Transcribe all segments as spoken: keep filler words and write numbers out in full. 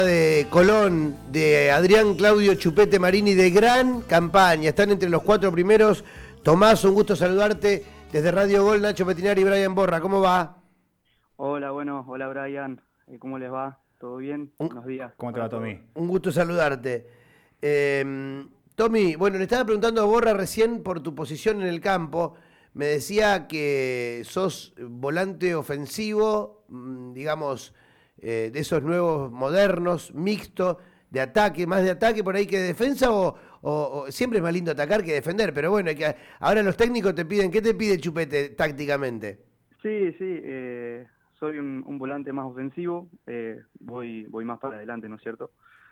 De Colón, de Adrián Claudio Chupete Marini, de gran campaña. Están entre los cuatro primeros. Tomás, un gusto saludarte desde Radio Gol. Nacho Petinari y Brian Borra, ¿cómo va? Hola, bueno, hola Brian, ¿cómo les va? ¿Todo bien? Un, Buenos días. ¿Cómo te va, Tommy? Un gusto saludarte. Eh, Tommy, bueno, le estaba preguntando a Borra recién por tu posición en el campo. Me decía que sos volante ofensivo, digamos, eh, de esos nuevos modernos, mixto, de ataque, más de ataque por ahí que de defensa, o, o, o siempre es más lindo atacar que defender, pero bueno, hay que, ahora los técnicos te piden, ¿qué te pide Chupete tácticamente? Sí, sí, eh, soy un, un volante más ofensivo, eh, voy, voy más para adelante, ¿no es cierto?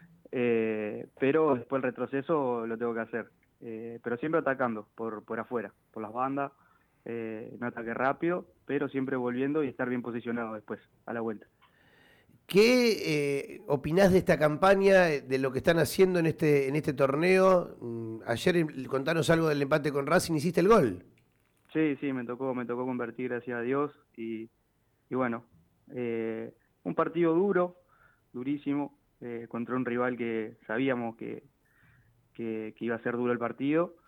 Eh, pero después el retroceso lo tengo que hacer, eh, pero siempre atacando por, por afuera, por las bandas, eh, no ataque rápido, pero siempre volviendo y estar bien posicionado después, a la vuelta. ¿Qué eh, opinás de esta campaña, de lo que están haciendo en este en este torneo? Ayer contanos algo del empate con Racing, hiciste el gol. Sí, sí, me tocó, me tocó convertir, gracias a Dios, y, y bueno, eh, un partido duro, durísimo, eh, contra un rival que sabíamos que, que, que iba a ser duro el partido.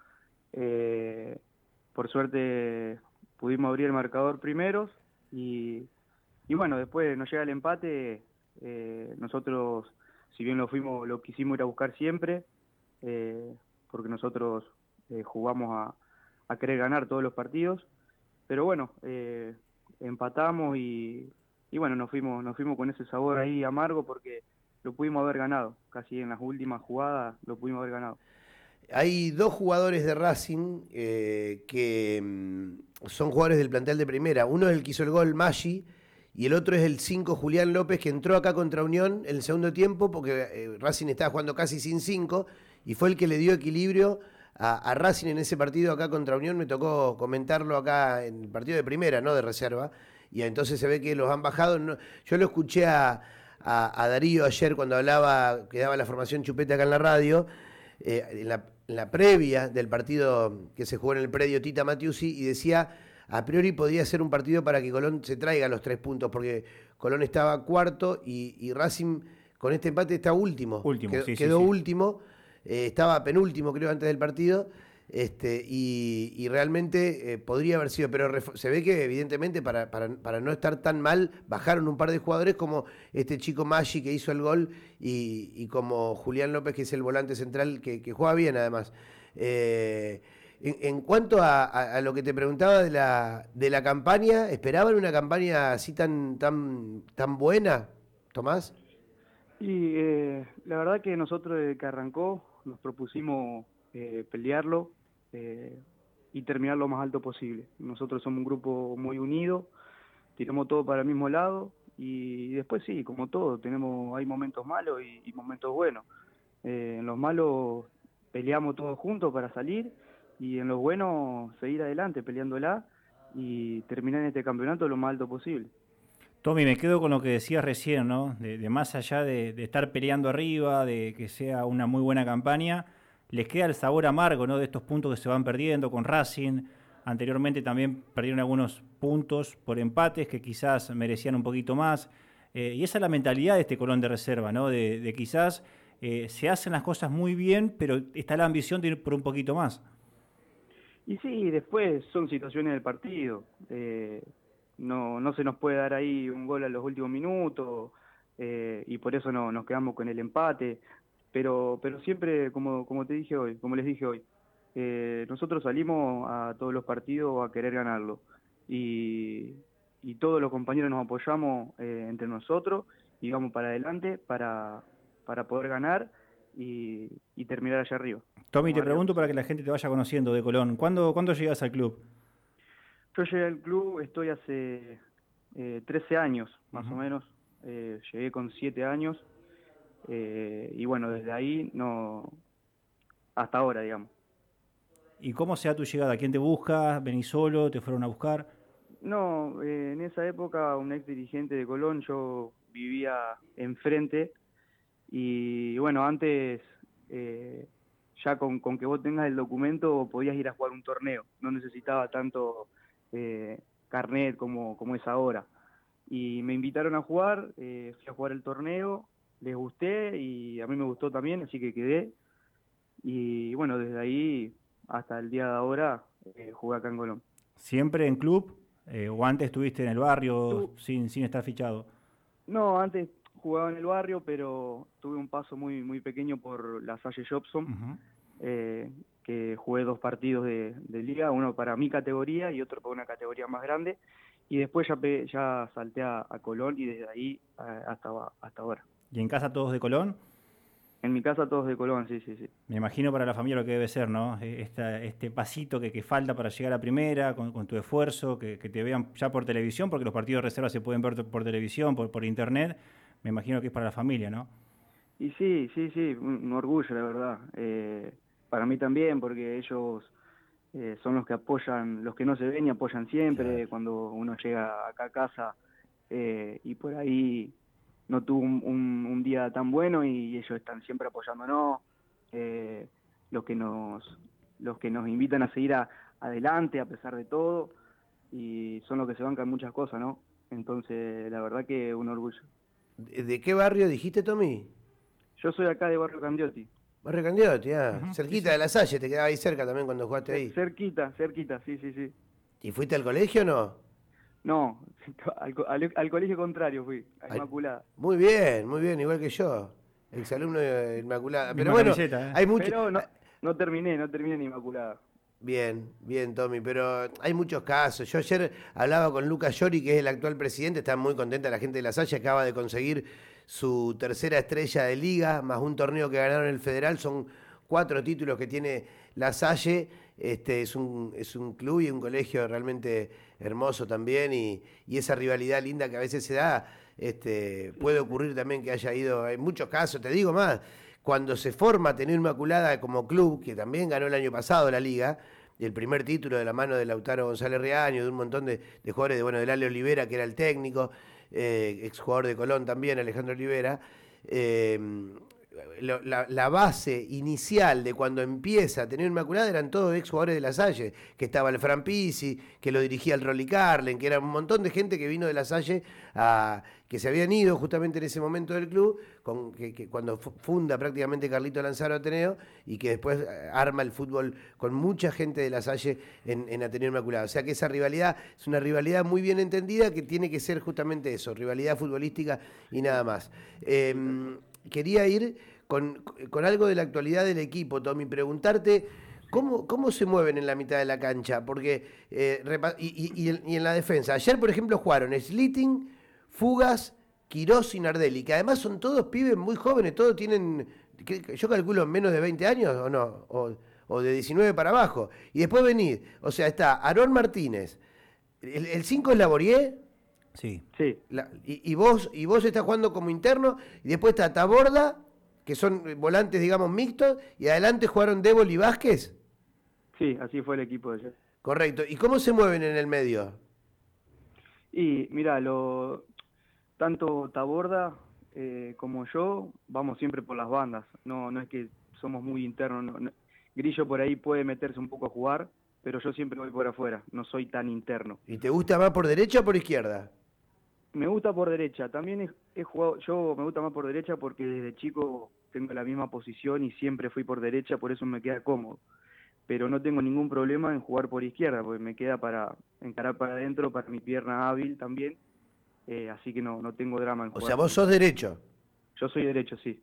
Eh, por suerte pudimos abrir el marcador primeros, y, y bueno, después nos llega el empate. Eh, nosotros, si bien lo fuimos, lo quisimos ir a buscar siempre, eh, porque nosotros eh, jugamos a, a querer ganar todos los partidos, pero bueno, eh, empatamos y, y bueno, nos fuimos, nos fuimos con ese sabor ahí amargo porque lo pudimos haber ganado, casi en las últimas jugadas lo pudimos haber ganado. Hay dos jugadores de Racing eh, que mm, son jugadores del plantel de primera. Uno es el que hizo el gol, Maggi, y el otro es el cinco, Julián López, que entró acá contra Unión en el segundo tiempo porque eh, Racing estaba jugando casi sin cinco y fue el que le dio equilibrio a, a Racing en ese partido acá contra Unión. Me tocó comentarlo acá en el partido de primera, no de reserva, y entonces se ve que los han bajado. No, yo lo escuché a, a, a Darío ayer cuando hablaba, que daba la formación Chupete acá en la radio, eh, en, la, en la previa del partido que se jugó en el predio Tita Matiusi, y decía, a priori podía ser un partido para que Colón se traiga los tres puntos, porque Colón estaba cuarto y, y Racing con este empate está último. Último, quedó, sí, quedó sí, sí. último, eh, estaba penúltimo creo antes del partido, este, y, y realmente eh, podría haber sido, pero ref- se ve que evidentemente para, para, para no estar tan mal, bajaron un par de jugadores como este chico Maggi que hizo el gol y, y como Julián López, que es el volante central, que, que juega bien además. Eh, En, en cuanto a, a, a lo que te preguntaba de la, de la campaña, ¿esperaban una campaña así tan, tan, tan buena, Tomás? Y eh, la verdad que nosotros desde que arrancó nos propusimos eh, pelearlo eh, y terminar lo más alto posible. Nosotros somos un grupo muy unido, tiramos todo para el mismo lado y después sí, como todo, tenemos hay momentos malos y, y momentos buenos. Eh, en los malos peleamos todos juntos para salir y en los buenos seguir adelante peleándola y terminar en este campeonato lo más alto posible. Tommy, me quedo con lo que decías recién, ¿no? De, de más allá de, de estar peleando arriba, de que sea una muy buena campaña, les queda el sabor amargo, ¿no? De estos puntos que se van perdiendo con Racing. Anteriormente también perdieron algunos puntos por empates que quizás merecían un poquito más. Eh, y esa es la mentalidad de este Colón de reserva, ¿no? De, de quizás eh, se hacen las cosas muy bien, pero está la ambición de ir por un poquito más. Y sí, después son situaciones del partido. Eh, no, no se nos puede dar ahí un gol a los últimos minutos eh, y por eso no, nos quedamos con el empate. Pero, pero siempre, como, como te dije hoy, como les dije hoy, eh, nosotros salimos a todos los partidos a querer ganarlo. Y, y todos los compañeros nos apoyamos eh, entre nosotros y vamos para adelante para, para poder ganar y, y terminar allá arriba. Tommy, te Arriba. pregunto para que la gente te vaya conociendo de Colón. ¿Cuándo, ¿cuándo llegas al club? Yo llegué al club, estoy hace eh, trece años, más uh-huh. o menos. Eh, llegué con siete años. Eh, y bueno, desde ahí no hasta ahora, digamos. ¿Y cómo se da tu llegada? ¿Quién te busca? ¿Venís solo? ¿Te fueron a buscar? No, eh, en esa época un ex dirigente de Colón, yo vivía enfrente. Y bueno, antes eh, ya con, con que vos tengas el documento podías ir a jugar un torneo. No necesitaba tanto eh, carnet como, como es ahora. Y me invitaron a jugar, eh, fui a jugar el torneo les gusté y a mí me gustó también, así que quedé. Y bueno, desde ahí hasta el día de ahora eh, jugué acá en Colón. ¿Siempre en club eh, o antes estuviste en el barrio Tu- sin, sin estar fichado? No, antes jugaba en el barrio, pero tuve un paso muy muy pequeño por la Salle Jobson, Uh-huh. eh, que jugué dos partidos de, de liga, uno para mi categoría y otro para una categoría más grande. Y después ya, pe- ya salté a, a Colón y desde ahí eh, hasta, hasta ahora. ¿Y en casa todos de Colón? En mi casa todos de Colón, sí, sí, sí. Me imagino para la familia lo que debe ser, ¿no? Eh, Esta, este pasito que, que falta para llegar a primera, con, con tu esfuerzo, que, que te vean ya por televisión, porque los partidos de reserva se pueden ver por televisión, por, por internet. Me imagino que es para la familia, ¿no? Y sí, sí, sí, un, un orgullo, la verdad. Eh, para mí también, porque ellos eh, son los que apoyan, los que no se ven y apoyan siempre. Claro. Cuando uno llega acá a casa eh, y por ahí no tuvo un, un, un día tan bueno y ellos están siempre apoyándonos. Eh, los que nos los que nos invitan a seguir a, adelante a pesar de todo y son los que se bancan muchas cosas, ¿no? Entonces, la verdad que un orgullo. ¿De, de qué barrio dijiste, Tommy? Yo soy acá de Barrio Candioti. Barrio Candioti, ah, Ujú, cerquita sí, sí. de la Salle, te quedaba ahí cerca también cuando jugaste ahí. Cerquita, cerquita, sí, sí, sí. ¿Y fuiste al colegio o no? No, al, co- al- al colegio contrario fui, a Ay, Inmaculada. muy bien, muy bien, igual que yo. Exalumno de Inmaculada. Pero Misma bueno, camiseta, ¿eh? hay mucho. Pero no, no terminé, no terminé en Inmaculada. Bien, bien, Tommy, pero hay muchos casos. Yo ayer hablaba con Lucas Llori, que es el actual presidente, está muy contenta la gente de La Salle, acaba de conseguir su tercera estrella de liga, más un torneo que ganaron el Federal, son cuatro títulos que tiene La Salle. Este, es un, es un club y un colegio realmente hermoso también, y, y esa rivalidad linda que a veces se da, este, puede ocurrir también que haya ido, hay muchos casos, te digo más. Cuando se forma Ateneo Inmaculada como club, que también ganó el año pasado la liga, y el primer título de la mano de Lautaro González Riaño, de un montón de, de jugadores, de, bueno, de Lale Olivera, que era el técnico, eh, exjugador de Colón también, Alejandro Olivera. eh, lo- la, la base inicial de cuando empieza Ateneo Inmaculada eran todos exjugadores de La Salle, que estaba el Fran Pizzi, que lo dirigía el Rolly Carlen, que era un montón de gente que vino de La Salle, a, que se habían ido justamente en ese momento del club, con, que, que cuando fu- funda prácticamente Carlito Lanzaro Ateneo, y que después eh, arma el fútbol con mucha gente de La Salle en, en Ateneo Inmaculada. O sea que esa rivalidad es una rivalidad muy bien entendida, que tiene que ser justamente eso, rivalidad futbolística y nada más. Eh, quería ir con, con algo de la actualidad del equipo, Tommy, preguntarte cómo, cómo se mueven en la mitad de la cancha, porque eh, repa- y, y- y en, y en la defensa. Ayer, por ejemplo, jugaron Slitting, Fugas, Quirós y Nardelli, que además son todos pibes muy jóvenes, todos tienen, que- yo calculo, menos de veinte años, o no, o, o de diecinueve para abajo. Y después venir, o sea, está Aarón Martínez, el cinco es Laborier. Sí. Sí, La- y, y vos y vos estás jugando como interno, y después está Taborda, que son volantes, digamos, mixtos, y adelante jugaron Débol y Vázquez. sí, así fue el equipo de ayer. Correcto. ¿Y cómo se mueven en el medio? Y mira, lo, tanto Taborda eh, como yo vamos siempre por las bandas. No, no es que somos muy internos. no- no- Grillo por ahí puede meterse un poco a jugar, pero yo siempre voy por afuera. No soy tan interno. ¿Y te gusta más por derecha o por izquierda? Me gusta por derecha. También he, he jugado, yo me gusta más por derecha porque desde chico tengo la misma posición y siempre fui por derecha, por eso me queda cómodo. Pero no tengo ningún problema en jugar por izquierda, porque me queda para encarar para adentro, para mi pierna hábil también. Eh, así que no, no tengo drama en O jugar. sea, vos sos derecho. Yo soy derecho, sí.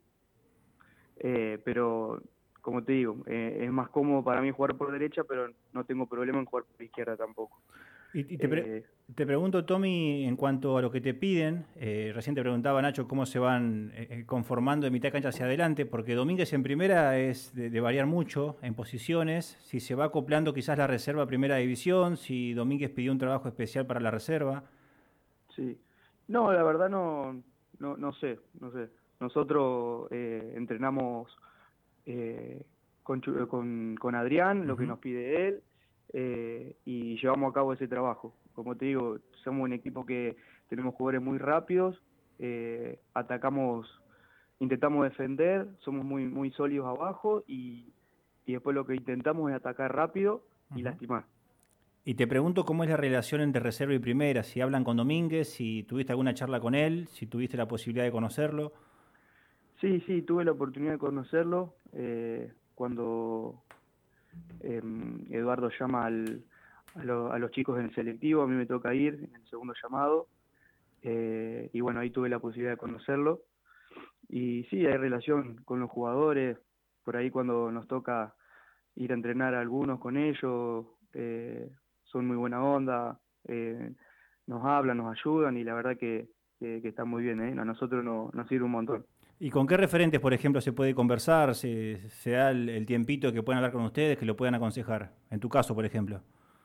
Eh, pero, como te digo, eh, es más cómodo para mí jugar por derecha, pero no tengo problema en jugar por izquierda tampoco. Y, y te, pre- Eh, te pregunto, Tommy, en cuanto a lo que te piden, eh, recién te preguntaba, Nacho, cómo se van eh, eh, conformando de mitad de cancha hacia adelante, porque Domínguez en primera es de, de variar mucho en posiciones, si se va acoplando quizás la reserva a primera división, si Domínguez pidió un trabajo especial para la reserva. sí. No, la verdad no, no, no sé, no sé. Nosotros eh, entrenamos eh, con, Chu- con, con Adrián, lo que Ujú. nos pide él, eh, y llevamos a cabo ese trabajo. Como te digo, somos un equipo que tenemos jugadores muy rápidos, eh, atacamos, intentamos defender, somos muy, muy sólidos abajo y, y después lo que intentamos es atacar rápido y Ujú. lastimar. Y te pregunto cómo es la relación entre reserva y primera, si hablan con Domínguez, si tuviste alguna charla con él, si tuviste la posibilidad de conocerlo. Sí, sí, tuve la oportunidad de conocerlo eh, cuando eh, Eduardo llama al, a, lo, a los chicos en el selectivo, a mí me toca ir en el segundo llamado, eh, y bueno, ahí tuve la posibilidad de conocerlo. Y sí, hay relación con los jugadores, por ahí cuando nos toca ir a entrenar a algunos con ellos, eh, son muy buena onda, eh, nos hablan, nos ayudan y la verdad que, que, que está muy bien, ¿eh? A nosotros no, nos sirve un montón. ¿Y con qué referentes, por ejemplo, se puede conversar? ¿Se, se da el, el tiempito que puedan hablar con ustedes, que lo puedan aconsejar? En tu caso, por ejemplo.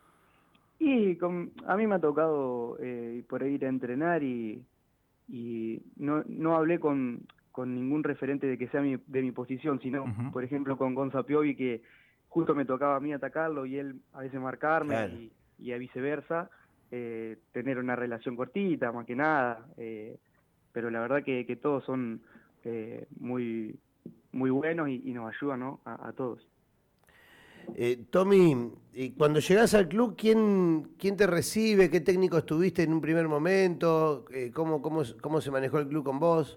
Y con, a mí me ha tocado eh, por ahí ir a entrenar y, y no, no hablé con, con ningún referente de que sea mi, de mi posición, sino, Uh-huh. por ejemplo, con Gonza Piovi, que justo me tocaba a mí atacarlo y él a veces marcarme, Claro. y, y a viceversa, eh, tener una relación cortita, más que nada, eh, pero la verdad que, que todos son eh, muy, muy buenos y, y nos ayudan, ¿no? a, a todos. Eh, Tommy, y cuando llegás al club, ¿quién, quién te recibe? ¿Qué técnico estuviste en un primer momento? Eh, ¿cómo, cómo, ¿Cómo se manejó el club con vos?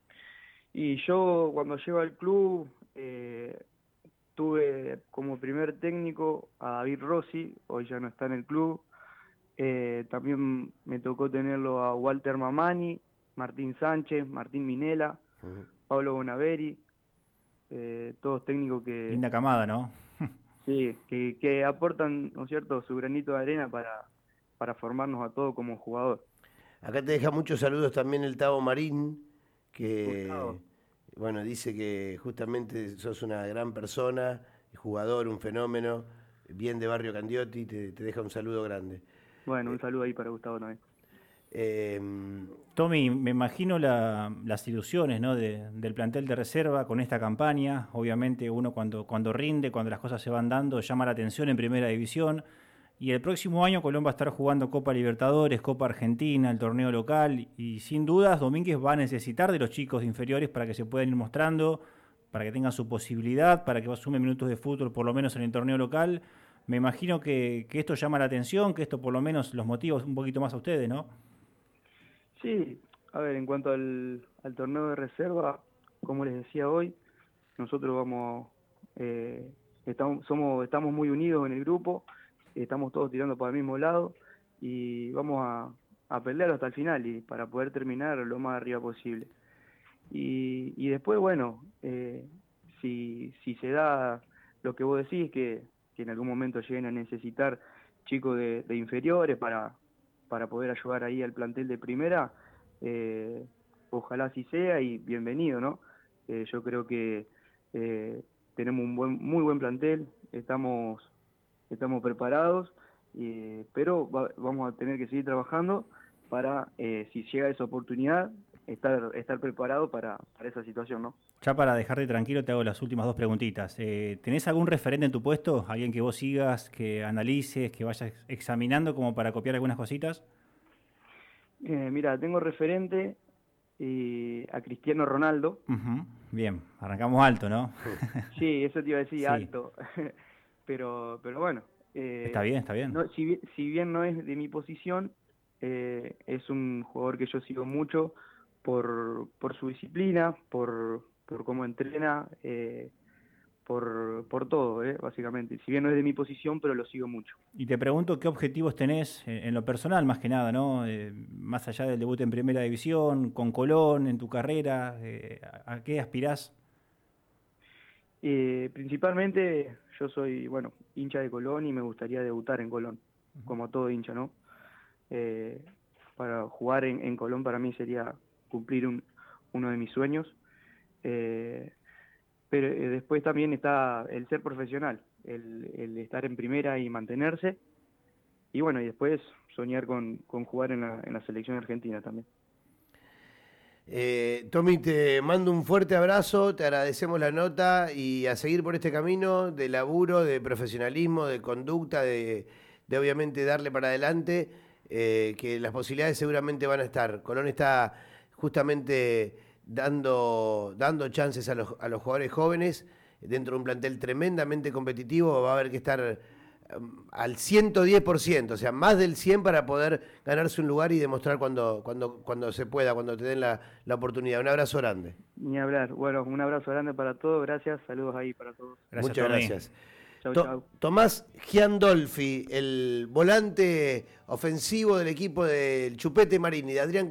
Y yo cuando llego al club eh, tuve como primer técnico a David Rossi, hoy ya no está en el club. Eh, también me tocó tenerlo a Walter Mamani, Martín Sánchez, Martín Minela, Uh-huh. Pablo Bonaveri, eh, todos técnicos que, Linda camada, ¿no? sí, que, que aportan, ¿no es cierto?, su granito de arena para, para formarnos a todos como jugador. Acá te deja muchos saludos también el Tavo Marín, que Gustavo. bueno, dice que justamente sos una gran persona, jugador, un fenómeno, bien de Barrio Candioti, te, te deja un saludo grande. Bueno, un saludo ahí para Gustavo también. Eh, Tommy, me imagino la- las ilusiones, ¿no? de- del plantel de reserva con esta campaña. Obviamente uno cuando, cuando rinde, cuando las cosas se van dando, llama la atención en Primera División. Y el próximo año Colón va a estar jugando Copa Libertadores, Copa Argentina, el torneo local. Y sin dudas Domínguez va a necesitar de los chicos inferiores para que se puedan ir mostrando, para que tengan su posibilidad, para que sumen minutos de fútbol por lo menos en el torneo local. Me imagino que, que esto llama la atención, que esto por lo menos los motiva un poquito más a ustedes, ¿no? Sí, a ver, en cuanto al, al torneo de reserva, como les decía hoy, nosotros vamos, eh, estamos, somos, estamos muy unidos en el grupo, estamos todos tirando para el mismo lado y vamos a, a pelear hasta el final y para poder terminar lo más arriba posible. Y, y después, bueno, eh, si, si se da lo que vos decís, que, que en algún momento lleguen a necesitar chicos de, de inferiores para, para poder ayudar ahí al plantel de primera, eh, ojalá así sea y bienvenido, ¿no? Eh, yo creo que eh, tenemos un buen, muy buen plantel, estamos, estamos preparados, eh, pero va, vamos a tener que seguir trabajando para, eh, si llega esa oportunidad, estar, estar preparado para, para esa situación, ¿no? Ya para dejarte tranquilo te hago las últimas dos preguntitas. Eh, ¿Tenés algún referente en tu puesto? ¿Alguien que vos sigas, que analices, que vayas examinando como para copiar algunas cositas? Eh, mira, tengo referente eh, a Cristiano Ronaldo. Uh-huh. Bien, arrancamos alto, ¿no? Sí, eso te iba a decir, Sí. alto. pero, pero bueno. Eh, Está bien, está bien. No, si, bien, si bien no es de mi posición, eh, es un jugador que yo sigo mucho por, por su disciplina, por, por cómo entrena, eh, por, por todo, eh, básicamente. Si bien no es de mi posición, pero lo sigo mucho. Y te pregunto qué objetivos tenés eh, en lo personal, más que nada, ¿no? Eh, más allá del debut en Primera División, con Colón, en tu carrera, eh, ¿a, a qué aspirás? Eh, principalmente yo soy, bueno, hincha de Colón y me gustaría debutar en Colón, uh-huh. como todo hincha, ¿no? Eh, para jugar en, en Colón para mí sería cumplir un, uno de mis sueños. Eh, pero eh, después también está el ser profesional, el, el estar en primera y mantenerse. Y bueno, y después soñar con, con jugar en la, en la selección argentina también. Eh, Tommy, te mando un fuerte abrazo, te agradecemos la nota y a seguir por este camino de laburo, de profesionalismo, de conducta, de, de obviamente darle para adelante, eh, que las posibilidades seguramente van a estar. Colón está justamente dando, dando chances a los, a los jugadores jóvenes dentro de un plantel tremendamente competitivo, va a haber que estar al ciento diez por ciento, o sea, más del cien para poder ganarse un lugar y demostrar cuando, cuando, cuando se pueda, cuando te den la, la oportunidad. Un abrazo grande. Ni hablar. Bueno, un abrazo grande para todos. Gracias. Saludos ahí para todos. Gracias, Muchas Tommy. gracias. Chau, To- chau. Tomás Giandolfi, el volante ofensivo del equipo del Chupete Marini, de Adrián